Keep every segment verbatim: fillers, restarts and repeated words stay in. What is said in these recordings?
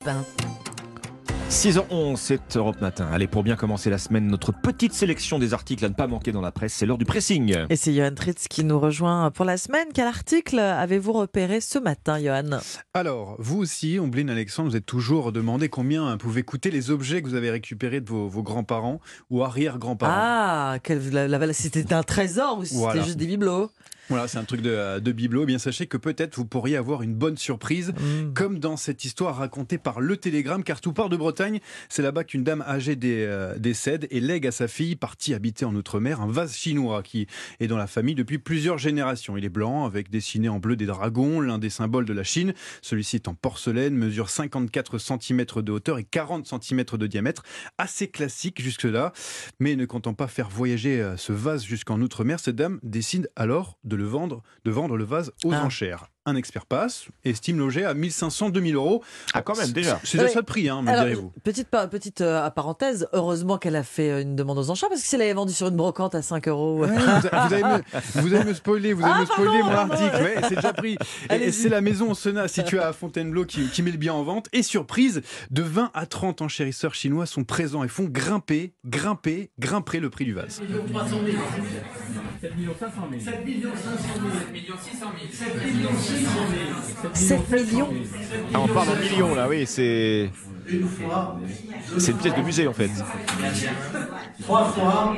Ben. six heures onze, c'est Europe Matin. Allez, pour bien commencer la semaine, notre petite sélection des articles à ne pas manquer dans la presse, c'est l'heure du pressing. Et c'est Johan Tritz qui nous rejoint pour la semaine. Quel article avez-vous repéré ce matin, Johan ? Alors, vous aussi, Ombline, Alexandre, vous êtes toujours demandé combien pouvaient coûter les objets que vous avez récupérés de vos, vos grands-parents ou arrière-grands-parents. Ah, quelle, la, la, c'était un trésor ou c'était Voilà. juste des bibelots ? Voilà, c'est un truc de, de bibelot. Eh bien, sachez que peut-être vous pourriez avoir une bonne surprise, mmh. comme dans cette histoire racontée par Le Télégramme, car tout part de Bretagne. C'est là-bas qu'une dame âgée dé, euh, décède et lègue à sa fille, partie habiter en Outre-mer, un vase chinois qui est dans la famille depuis plusieurs générations. Il est blanc, avec dessiné en bleu des dragons, l'un des symboles de la Chine. Celui-ci est en porcelaine, mesure cinquante-quatre centimètres de hauteur et quarante centimètres de diamètre. Assez classique jusque-là. Mais ne comptant pas faire voyager ce vase jusqu'en Outre-mer, cette dame décide alors de le vendre, de vendre le vase aux ah. enchères. Un expert passe, estime l'objet à mille cinq cents à deux mille euros. Ah, quand même, déjà. C'est déjà ça de prix, hein, me Alors, direz-vous. Petite, petite euh, parenthèse, heureusement qu'elle a fait une demande aux enchères, parce que si elle avait vendu sur une brocante à cinq euros... Ouais, vous, vous, allez me, vous allez me spoiler, vous allez Ah, me spoiler pardon, mon pardon, article. ouais. Ouais, c'est déjà pris. Et, Allez-y. et c'est la maison Sena située à Fontainebleau qui, qui met le bien en vente. Et surprise, de vingt à trente enchérisseurs chinois sont présents et font grimper, grimper, grimper le prix du vase. sept millions trois cent mille. sept millions cinq cent mille. sept millions cinq cent mille. sept millions six cent mille. sept millions six cent mille. sept millions. Ah, on parle en millions, là, oui, c'est... Une fois. C'est une pièce de musée, en fait. Trois fois.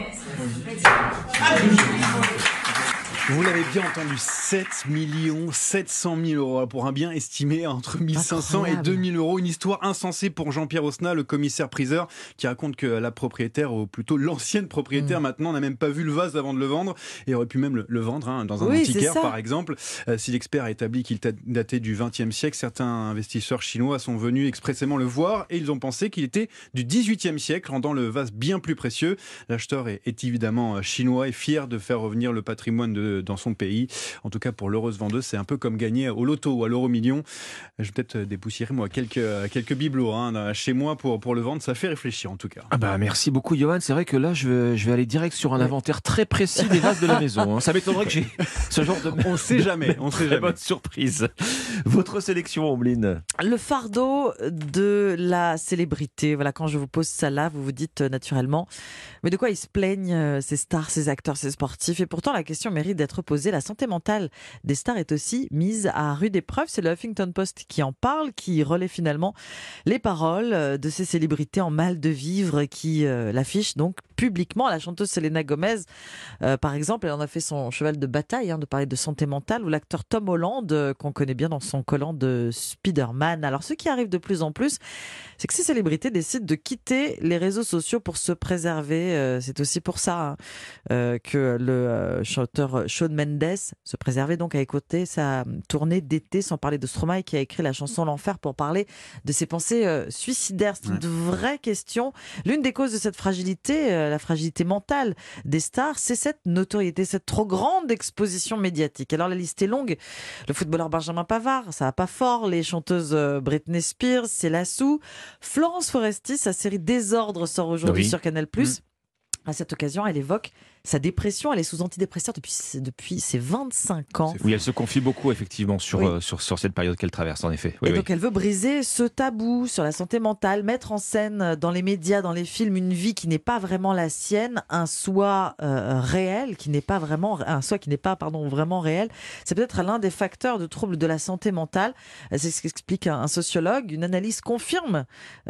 Vous l'avez bien entendu, sept millions sept cent mille euros pour un bien estimé entre mille cinq cents et deux mille euros. Une histoire insensée pour Jean-Pierre Osna, le commissaire-priseur, qui raconte que la propriétaire, ou plutôt l'ancienne propriétaire, mmh. maintenant n'a même pas vu le vase avant de le vendre et aurait pu même le, le vendre hein, dans un oui, antiquaire, par exemple. Euh, si l'expert a établi qu'il datait du vingtième siècle, certains investisseurs chinois sont venus expressément le voir et ils ont pensé qu'il était du dix-huitième siècle, rendant le vase bien plus précieux. L'acheteur est, est évidemment chinois et fier de faire revenir le patrimoine de dans son pays. En tout cas, pour l'heureuse vendeuse, c'est un peu comme gagner au loto ou à l'euro million. Je vais peut-être dépoussiérer, moi, quelques, quelques bibelots hein, chez moi pour, pour le vendre. Ça fait réfléchir, en tout cas. Ah bah, merci beaucoup, Johan. C'est vrai que là, je vais, je vais aller direct sur un oui. inventaire très précis des vases de la maison. Hein. Ça m'étonnerait que j'ai ce genre de... On sait jamais. On sait jamais. Bonne surprise. Votre sélection, Ombline. Le fardeau de la célébrité. Voilà, quand je vous pose ça là, vous vous dites euh, naturellement, mais de quoi ils se plaignent, euh, ces stars, ces acteurs, ces sportifs ? Et pourtant, la question mérite d'être posée. La santé mentale des stars est aussi mise à rude épreuve. C'est le Huffington Post qui en parle, qui relaie finalement les paroles de ces célébrités en mal de vivre, qui euh, l'affichent donc publiquement. La chanteuse Selena Gomez, euh, par exemple, elle en a fait son cheval de bataille, hein, de parler de santé mentale, ou l'acteur Tom Holland, euh, qu'on connaît bien dans son collant de Spider-Man. Alors, ce qui arrive de plus en plus, c'est que ces célébrités décident de quitter les réseaux sociaux pour se préserver. Euh, c'est aussi pour ça hein, euh, que le euh, chanteur Shawn Mendes se préservait donc à écouter sa tournée d'été, sans parler de Stromae qui a écrit la chanson L'Enfer pour parler de ses pensées euh, suicidaires. C'est une ouais. vraie question. L'une des causes de cette fragilité, euh, la fragilité mentale des stars, c'est cette notoriété, cette trop grande exposition médiatique. Alors la liste est longue. Le footballeur Benjamin Pavard, ça va pas fort. Les chanteuses euh, Britney Spears, Céla Sou, Florence Foresti, sa série Désordre sort aujourd'hui oui. sur Canal plus. Mmh. À cette occasion, elle évoque sa dépression. Elle est sous antidépresseurs depuis, depuis ses vingt-cinq ans. Oui, elle se confie beaucoup, effectivement, sur, oui. euh, sur, sur cette période qu'elle traverse, en effet. Oui, et oui. donc, elle veut briser ce tabou sur la santé mentale, mettre en scène dans les médias, dans les films, une vie qui n'est pas vraiment la sienne, un soi euh, réel, qui n'est pas vraiment, un soi qui n'est pas, pardon, vraiment réel. C'est peut-être l'un des facteurs de troubles de la santé mentale. C'est ce qu'explique un, un sociologue. Une analyse confirme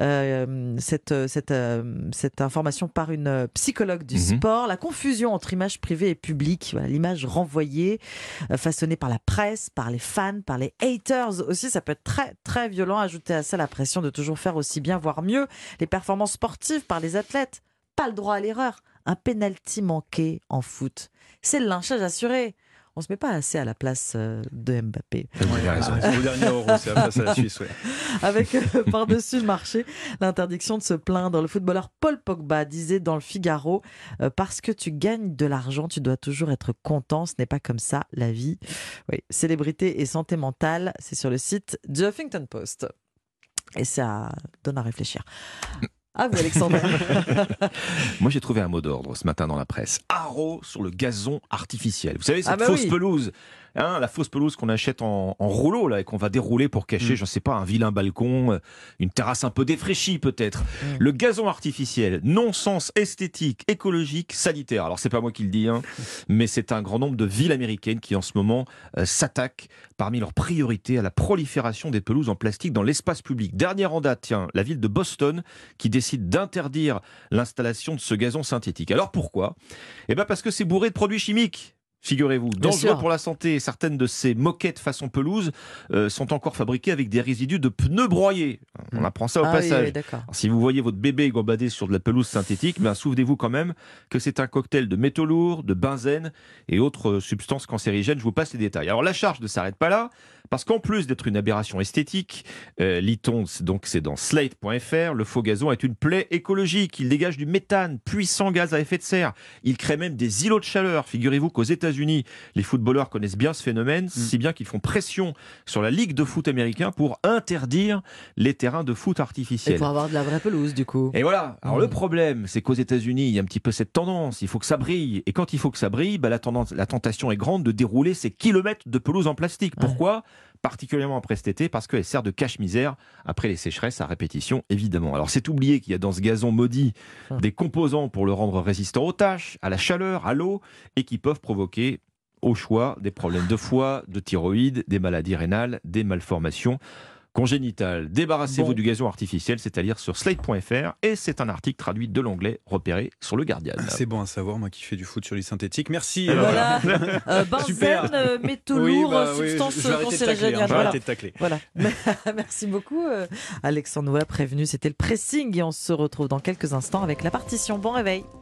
euh, cette, cette, euh, cette information par une psychologue du mm-hmm. sport. La confusion entre image privée et publique, voilà, l'image renvoyée, euh, façonnée par la presse, par les fans, par les haters aussi, ça peut être très très violent. Ajouter à ça la pression de toujours faire aussi bien, voire mieux, les performances sportives par les athlètes. Pas le droit à l'erreur. Un penalty manqué en foot, c'est le lynchage assuré. On ne se met pas assez à la place de Mbappé. Oui, c'est au dernier euro, c'est à la place à la Suisse. Ouais. Avec euh, par-dessus le marché, l'interdiction de se plaindre. Le footballeur Paul Pogba disait dans le Figaro euh, « Parce que tu gagnes de l'argent, tu dois toujours être content. Ce n'est pas comme ça, la vie. » Oui, célébrité et santé mentale, c'est sur le site du Huffington Post. Et ça donne à réfléchir. Ah vous, Alexandre. Moi, j'ai trouvé un mot d'ordre ce matin dans la presse. Haro sur le gazon artificiel. Vous savez, cette ah bah fausse oui. pelouse Hein, la fausse pelouse qu'on achète en, en rouleau là, et qu'on va dérouler pour cacher, mmh. je ne sais pas, un vilain balcon, une terrasse un peu défraîchie peut-être. Mmh. Le gazon artificiel, non-sens esthétique, écologique, sanitaire. Alors c'est pas moi qui le dis, hein, mais c'est un grand nombre de villes américaines qui en ce moment euh, s'attaquent parmi leurs priorités à la prolifération des pelouses en plastique dans l'espace public. Dernière en date, tiens, la ville de Boston qui décide d'interdire l'installation de ce gazon synthétique. Alors pourquoi ? Eh bien parce que c'est bourré de produits chimiques. Figurez-vous, dangereux pour la santé. Certaines de ces moquettes façon pelouse euh, sont encore fabriquées avec des résidus de pneus broyés. On apprend ça au ah passage. Oui, oui, Alors, si vous voyez votre bébé gambader sur de la pelouse synthétique, ben, souvenez-vous quand même que c'est un cocktail de métaux lourds, de benzène et autres substances cancérigènes. Je vous passe les détails. Alors la charge ne s'arrête pas là, parce qu'en plus d'être une aberration esthétique, euh, lit-on, donc c'est dans slate point f r, le faux gazon est une plaie écologique. Il dégage du méthane, puissant gaz à effet de serre. Il crée même des îlots de chaleur. Figurez-vous qu'aux États-Unis, les footballeurs connaissent bien ce phénomène, mmh. si bien qu'ils font pression sur la Ligue de foot américain pour interdire les terrains de foot artificiels. Et pour avoir de la vraie pelouse, du coup. Et voilà. Alors mmh. le problème, c'est qu'aux États-Unis, il y a un petit peu cette tendance. Il faut que ça brille. Et quand il faut que ça brille, bah, la, tendance, la tentation est grande de dérouler ces kilomètres de pelouse en plastique. Pourquoi ? Ouais. Particulièrement après cet été, parce qu'elle sert de cache-misère après les sécheresses à répétition, évidemment. Alors c'est oublier qu'il y a dans ce gazon maudit mmh. des composants pour le rendre résistant aux taches, à la chaleur, à l'eau, et qui peuvent provoquer au choix des problèmes de foie, de thyroïde, des maladies rénales, des malformations congénitales. Débarrassez-vous bon. du gazon artificiel, c'est-à-dire sur slate point f r, et c'est un article traduit de l'anglais repéré sur le Guardian. Ah, c'est bon à savoir, moi qui fais du foot sur les synthétiques. Merci. Euh, voilà. euh, benzène, euh, métaux lourds, oui, bah, substances oui, cancérigènes. Hein, voilà. De voilà. Merci beaucoup, euh, Alexandre Noël prévenu. C'était le pressing et on se retrouve dans quelques instants avec la partition. Bon réveil.